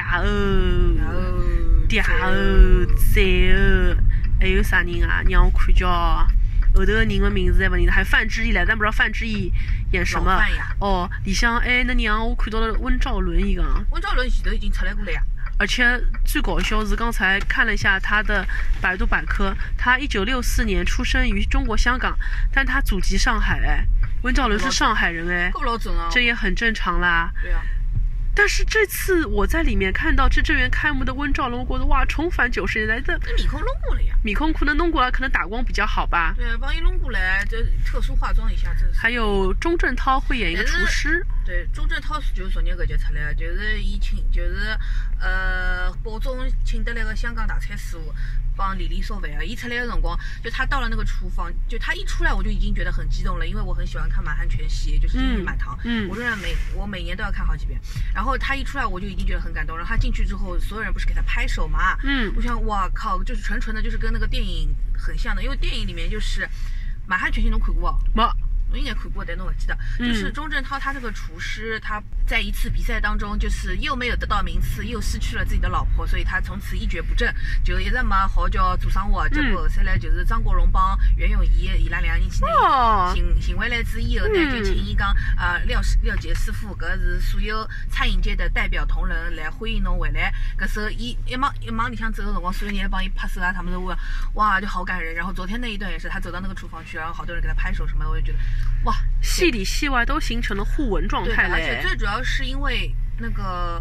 还有啥人啊？让我看叫后头的人的名字还不认得，还有范志毅来，但不知道范志毅演什么。里向那让我看到了温兆伦一个。 温兆伦前头已经出来过了呀。 而且最搞笑是刚才看了一下他的百度百科，他1964年出生于中国香港，但他祖籍上海。温兆伦是上海人这也很正常啦。 对啊。 但是这次我在里面看到这正元开幕的温兆伦，我觉得哇，重返90年代的。 米孔弄过了呀。 米孔可能弄过来，可能打光比较好吧。 对，帮伊弄过来，这特殊化妆一下，这是。 还有钟镇涛会演一个厨师。 对，钟镇涛就是昨年搿集出来的，就是伊保总请得来个香港大菜师傅帮李丽烧饭啊。伊出来的辰光，就他到了那个厨房，就他一出来我就已经觉得很激动了，因为我很喜欢看《满汉全席》，就是《金玉满堂》，我仍然我每年都要看好几遍。然后他一出来我就已经觉得很感动，然后他进去之后，所有人不是给他拍手嘛？我想哇靠，就是纯的，就是跟那个电影很像的，因为电影里面就是《满汉全席》侬看过没？我应该看过，但我不记得。就是钟镇涛他这个厨师，他在一次比赛当中，就是又没有得到名次，又失去了自己的老婆，所以他从此一蹶不振，就一直没好叫做生活。结果后来就是张国荣帮袁咏仪伊拉2人去寻回来之以后呢，就请伊讲廖杰师傅，搿是所有餐饮界的代表同仁来欢迎侬回来。搿时候伊一往里向走的辰光，所有人帮伊拍手啊，他们都问哇，就好感人。然后昨天那一段也是，他走到那个厨房去，然后好多人给他拍手什么的，我就觉得。哇， 戏里戏外都形成了互文状态嘞！ 而且最主要是因为那个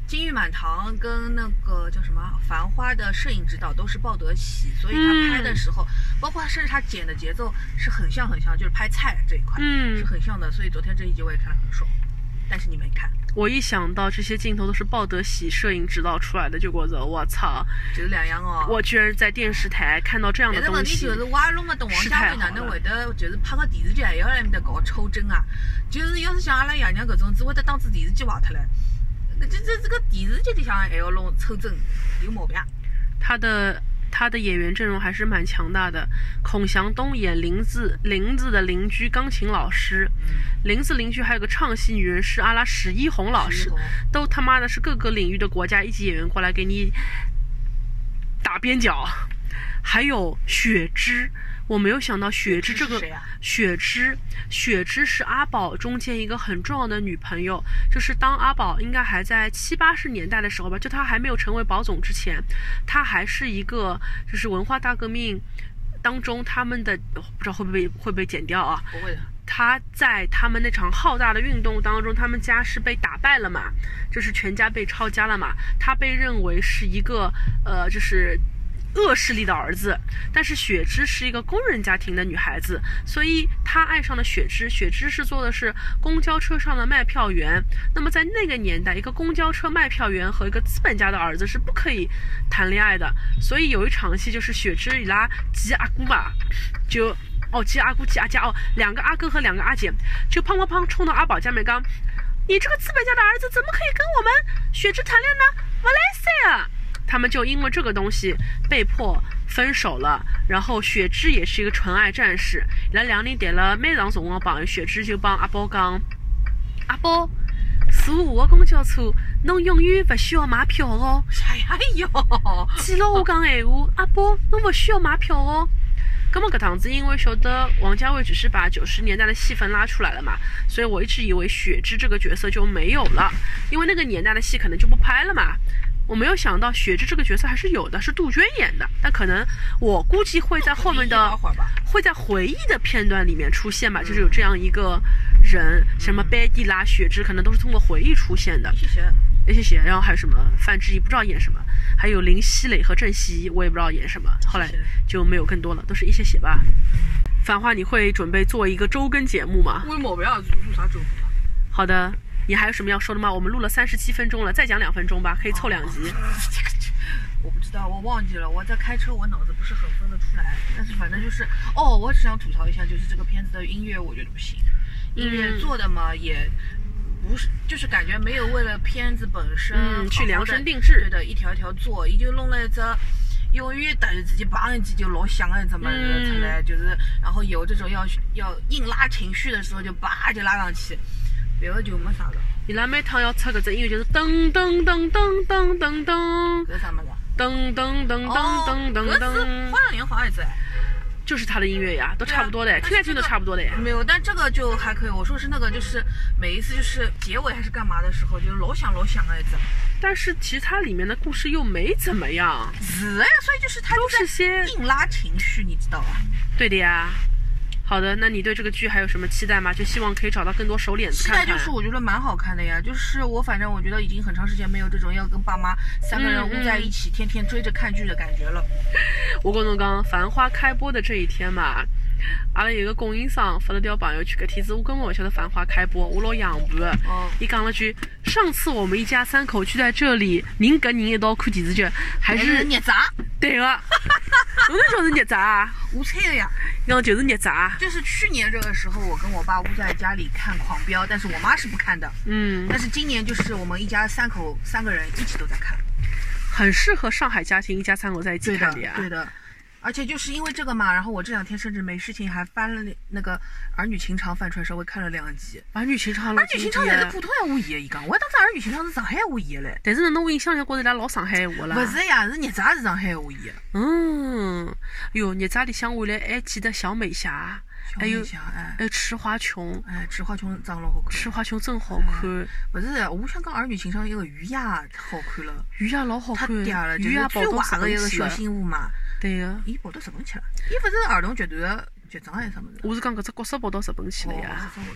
金玉满堂跟那个叫什么《繁花》的摄影指导都是鲍德喜，所以他拍的时候，包括甚至他剪的节奏是很像，就是拍菜这一块，是很像的。所以昨天这一集我也看得很爽，但是你没看。 我一想到这些镜头都是鲍德喜摄影指导出来的，就觉着我操， 就是两样哦。 我居然在电视台看到这样的东西。 但是问题就是瓦龙的王家卫哪能会得就是拍个电视剧还要来面搭搞抽帧啊？就是要是像阿拉爷娘搿种，只会得当做电视剧坏脱了。这个电视剧里向还要弄抽帧，有毛病。他的演员阵容还是蛮强大的。孔祥东演林子的邻居钢琴老师，林子邻居还有个唱戏女人是阿拉史一红老师，都他妈的是各个领域的国家一级演员过来给你打边角。还有雪芝，我没有想到雪芝这个雪芝是阿宝中间一个很重要的女朋友，就是当阿宝应该还在70、80年代的时候吧，就他还没有成为宝总之前，他还是一个就是文化大革命当中他们的不知道会不会剪掉啊？ 不会的。 他在他们那场浩大的运动当中，他们家是被打败了嘛，就是全家被抄家了嘛，他被认为是一个就是恶势力的儿子，但是雪芝是一个工人家庭的女孩子，所以她爱上了雪芝。雪芝是做的是公交车上的卖票员。那么在那个年代，一个公交车卖票员和一个资本家的儿子是不可以谈恋爱的。所以有一场戏就是雪芝伊拉几阿姑嘛，就几阿姑几阿姐两个阿哥和两个阿姐就砰砰砰冲到阿宝家里面讲，你这个资本家的儿子怎么可以跟我们雪芝谈恋爱呢？不来塞啊！他们就因为这个东西被迫分手了。然后雪芝也是一个纯爱战士，伊拉两人谈了蛮长辰光朋友，雪芝就帮阿宝讲，阿宝坐我的公交车侬永远不需要买票哦。 哎呦， 记牢我讲闲话，阿宝侬不需要买票哦。那么搿趟子因为晓得王家卫只是把90年代的戏份拉出来了嘛，所以我一直以为雪芝这个角色就没有了，因为那个年代的戏可能就不拍了嘛。我没有想到雪芝这个角色还是有的，是杜鹃演的，但可能我估计会在后面的会在回忆的片段里面出现吧，就是有这样一个人，什么贝蒂拉、雪芝可能都是通过回忆出现的。谢谢。然后还有什么范志毅不知道演什么，还有林熙蕾和郑希怡我也不知道演什么，后来就没有更多了，都是一些吧。繁花你会准备做一个周更节目吗？ 为毛不要做啥周更？ 好的。你还有什么要说的吗？我们录了37分钟了，再讲2分钟吧，可以凑2集。 我不知道，我忘记了，我在开车，我脑子不是很分得出来。但是反正就是我只想吐槽一下，就是这个片子的音乐我觉得不行，音乐做的嘛也不是，就是感觉没有为了片子本身去量身定制， 对的，一条一条做，伊就弄了一只永远突然之间砰一记就老响的这么出来，就是然后有这种要硬拉情绪的时候就叭就拉上去。别个就没啥个。 伊拉每趟要出搿只音乐就是噔噔噔噔噔噔噔， 搿啥么子？ 噔噔噔噔噔噔噔。 花样年华也在。 就是他的音乐呀，都差不多的，听来听都差不多的。 没有，但这个就还可以。我说是那个，就是每一次就是结尾还是干嘛的时候，就是老响的一阵。 但是其实它里面的故事又没怎么样。 是呀，所以就是它都是些硬拉情绪，你知道吧？ 对的呀。好的，那你对这个剧还有什么期待吗？就希望可以找到更多熟脸子看看。 期待就是我觉得蛮好看的呀，就是反正我觉得已经很长时间没有这种要跟爸妈3个人窝在一起，天天追着看剧的感觉了。 我跟侬讲，《繁花》开播的这一天嘛，阿拉有个供应商发了条朋友圈，搿天子我根本勿晓得《繁花》开播，我老洋盘的。伊讲了句：上次我们一家3口聚在这里，人跟人一道看电视剧，还是热杂。 对个，侬能晓得热杂啊？ 无猜的呀。 讲就是热杂。 就是去年这个时候，我跟我爸窝在家里看《狂飙》，但是我妈是不看的。但是今年就是我们一家3个人一起都在看， 很适合上海家庭一家3口在一起看的呀。 对的。而且就是因为这个嘛，然后我这2天甚至没事情还翻了那个《儿女情长》翻出来，稍微看了2集。 儿女情长才是普通闲话演的，伊讲，我当时儿女情长是上海话演的嘞。 但是侬印象里觉着伊拉老上海话了。 不是呀，是热杂是上海话演。 哟，热杂里向回来还记得小美侠。还有池花琼， 池花琼长老好看， 池花琼真好看。 不是，我想讲儿女情长一个于雅好看了， 于雅老好看， 太嗲了， 于雅最坏的一个小新妇嘛。 对个， 伊跑到日本去了，伊不是儿童剧团的局长还是什么的。 我是讲搿只角色跑到日本去了呀。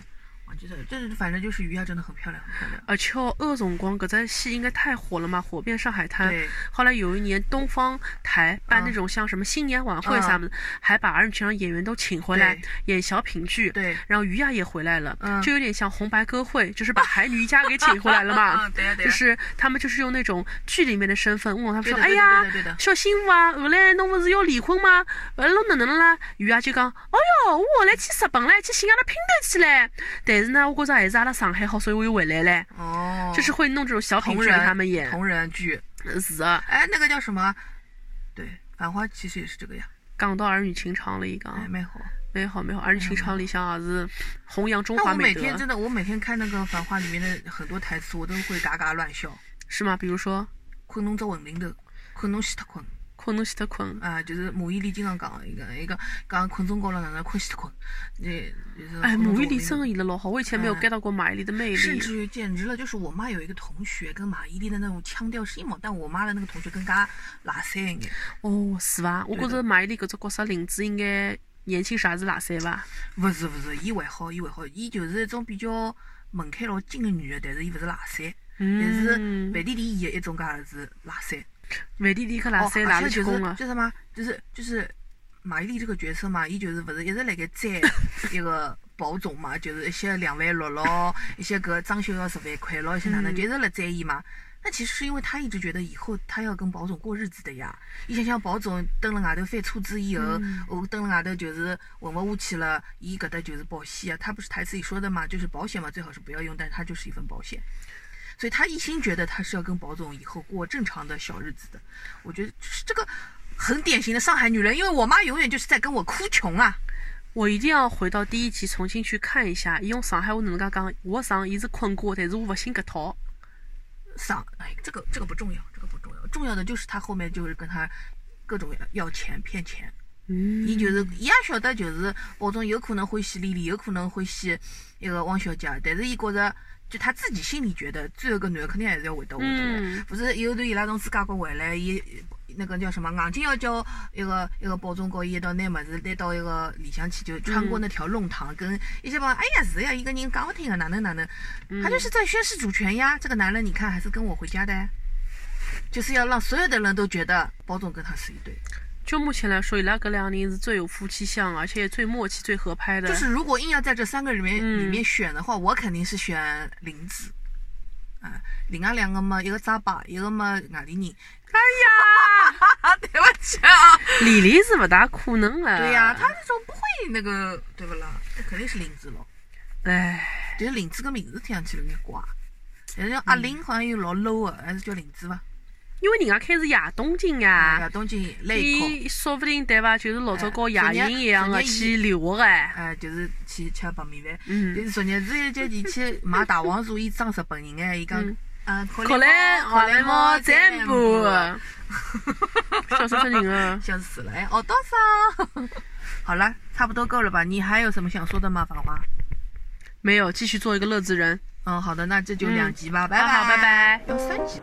忘记了，这反正就是鱼啊，真的很漂亮，很漂亮。 而且那辰光搿只戏应该太火了嘛，火遍上海滩。 对。 后来有一年东方台办那种像什么新年晚会啥的，还把儿女情长演员都请回来演小品剧。 对。 然后于亚也回来了，就有点像红白歌会，就是把海女一家给请回来了嘛。 对呀。 就是他们就是用那种剧里面的身份问他们说：“哎呀， 小媳妇啊，后来侬不是要离婚吗？侬哪能啦？”于亚就讲：“哦哟，我后来去日本了，去寻阿拉拼头去了。但是呢，我觉着还是阿拉上海好，所以我又回来了。” 哦。 就是会弄这种小品剧给他们演。 同人剧。 是啊。 哎，那个叫什么？对，《繁花》其实也是这个呀。 讲到儿女情长了，一个。 哎，蛮好。 儿女情长里向也是弘扬中华美德。 我每天看那个《繁花》里面的很多台词，我都会嘎嘎乱笑。 是吗？比如说， 困侬只混领头，困侬死脱困。 困侬死脱困啊，就是马伊琍经常讲一个讲困中高了哪能困死脱困， 哎，马伊琍真的演得老好，我以前没有 get 到过马伊琍的魅力， 甚至于简直了，就是我妈有一个同学跟马伊琍的那种腔调是一模，但我妈的那个同学更加拉塞一点。 哦，是吧？我觉着马伊琍搿只角色林子应该年轻时也是拉塞吧？ 不是，伊还好，伊就是一种比较门槛老紧的女的，但是伊不是拉塞，但是范弟弟演的一种介是拉塞。 范弟弟和拉塞哪里去攻了？ 就是什么？就是马伊琍这个角色嘛，伊就是不是一直辣盖摘一个保总嘛，就是一些2万6咯，一些个装修要10万块咯，一些哪能，就一直辣摘伊嘛。那其实是因为他一直觉得以后他要跟保总过日子的呀。伊想保总登了外头翻车子以后，登了外头就是混不下去了，伊搿搭就是保险啊。他不是台词里说的嘛，就是保险嘛，最好是不要用，但是他就是一份保险。所以他一心觉得他是要跟保总以后过正常的小日子的。我觉得这个很典型的上海女人，因为我妈永远就是在跟我哭穷啊。 我一定要回到第1集重新去看一下，伊用上海话哪能介讲？我上伊是困过，但是我不信搿套。 这个不重要，重要的就是他后面就是跟他各种要钱骗钱。伊也晓得就是保总有可能欢喜丽丽，有可能欢喜一个汪小姐，但是伊觉着。就他自己心里觉得，最后个男的肯定还是要回到我的。不是有段伊拉从自家国回来，伊那个叫什么，硬劲要叫一个保总搞伊一道拿物事拿到一个里向去，就穿过那条弄堂，跟一些帮哎呀是呀，一个人讲不听啊，哪能，他就是在宣示主权呀。这个男人你看还是跟我回家的，就是要让所有的人都觉得保总跟他是一对。 就目前来说，伊拉搿2人是最有夫妻相，而且最默契、最合拍的。 就是如果硬要在这3个里面选的话，我肯定是选林子。另外2个嘛，一个扎巴，一个嘛外地人。 哎呀， 对不起啊， 李丽是不大可能啊。 对呀，他这种不会那个，对不啦？那肯定是林子咯。 哎， 但是林子个名字听上去有点怪，但是阿林好像又老 low 的，还是叫林子吧。 因为人家开是亚东京呀， 亚东京来一口，说不定对吧？就是老早搞亚英一样的去留学哎， 就是去吃白米饭。就是昨日子一叫伊去买大黄酥，伊装日本人哎，伊讲可来好来么占卜，笑死人啊！ 笑死了哎，多少？好了，差不多够了吧？你还有什么想说的吗？繁花？ 没有，继续做一个乐子人。 好的，那这就2集吧，拜拜。 好，拜拜。 要3集。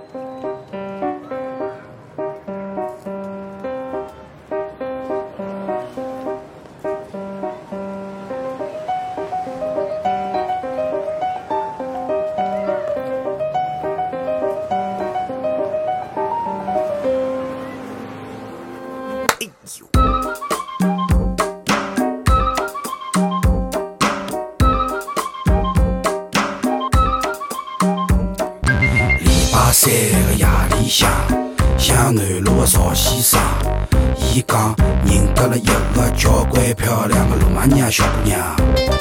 3个夜里向，向南路的赵先生，伊讲认得了一个交关漂亮的罗马尼亚小姑娘。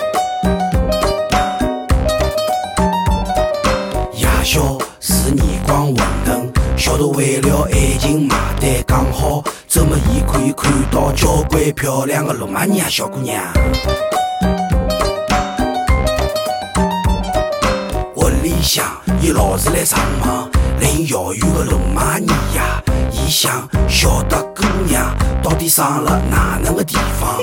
夜宵是眼光混沌，小偷为了爱情买单，刚好周末伊可以看到交关漂亮的罗马尼亚小姑娘。屋里向伊老是来上网。临遥远的罗马尼亚，伊想晓得姑娘到底上了哪能个地方。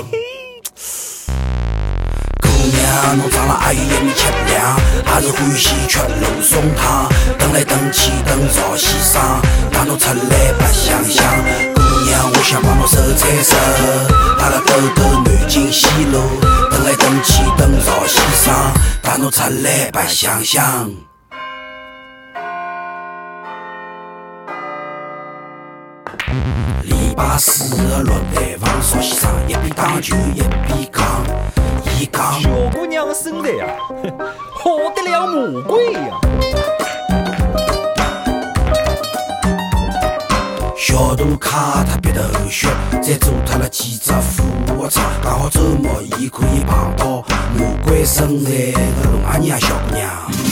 姑娘，侬长了还有1.7米，还是欢喜吃罗宋汤。等来等去等赵先生，带侬出来白相相。姑娘，我想帮侬收菜收，阿拉兜兜南京西路。等来等起等朝西上，带侬出来白相相。礼拜四的六台房，邵先生一边打球一边讲，伊讲小姑娘的身材啊，好得了魔鬼呀！ 小杜卡特别的后血，再做脱了几只俯卧撑，刚好周末伊可以碰到魔鬼身材的罗马尼亚小姑娘。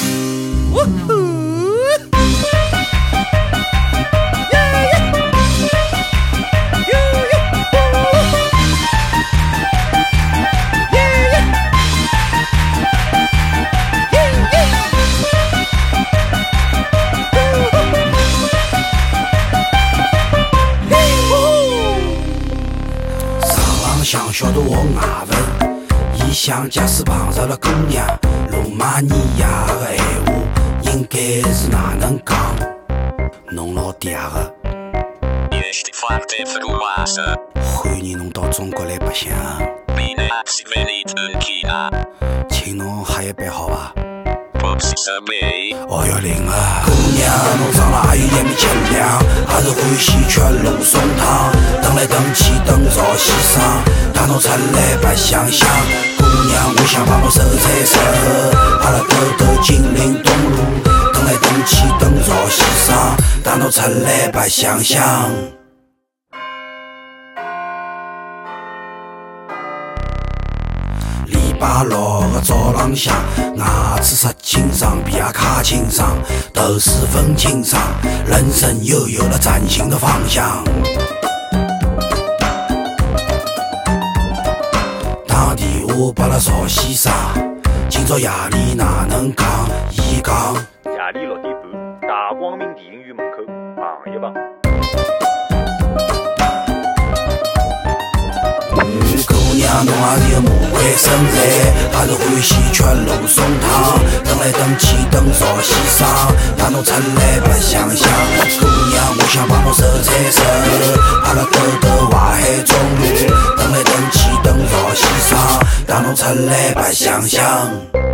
想晓得我外文，伊想假使碰着了姑娘，罗马尼亚的闲话应该是哪能讲？侬老嗲的，欢迎侬到中国来白相，请侬喝一杯好伐？哦哟灵啊，姑娘侬长了也有1米7两，还是欢喜吃芦笋汤，等来等去等朝西上，带侬出来白相相。姑娘我想帮侬收彩手，阿拉兜兜金陵东路，等来等去等朝西上，带侬出来白相相。礼拜六的早浪向，牙齿刷清爽，皮也卡清爽，头是分清爽，人生又有了崭新的方向。打电话拨了邵先生，今朝夜里哪能讲？伊讲夜里6点半，大光明电影院门口碰一碰。 姑娘侬也是有魔鬼身材，还是欢喜吃芦笋汤，等来等去等朝西上，带侬出来白相相。姑娘我想帮侬收彩手，阿拉兜兜淮海中路，等来等去等朝西上，带侬出来白相相。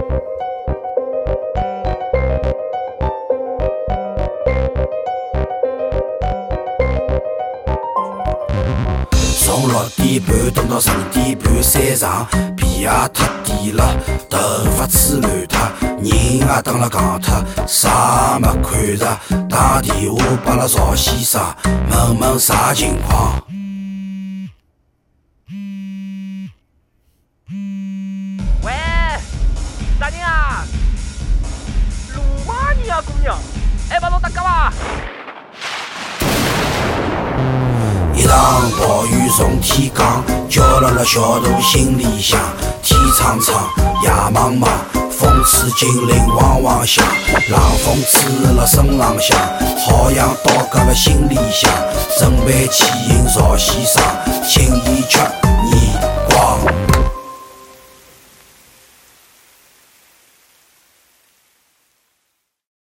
从6点半等到12点半山上，皮也脱底了，头发吹乱脱，人也等了戆脱，啥没看着，打电话拨了邵先生，问问啥情况。 喂，啥人啊？罗马尼亚姑娘，还帮侬搭嘎伐？ 一场暴雨从天降，浇了小杜心里想。天苍苍，夜茫茫，风吹金铃汪汪响，冷风吹了身浪向，好像倒搁了心里向。准备去迎邵先生，请伊吃年光。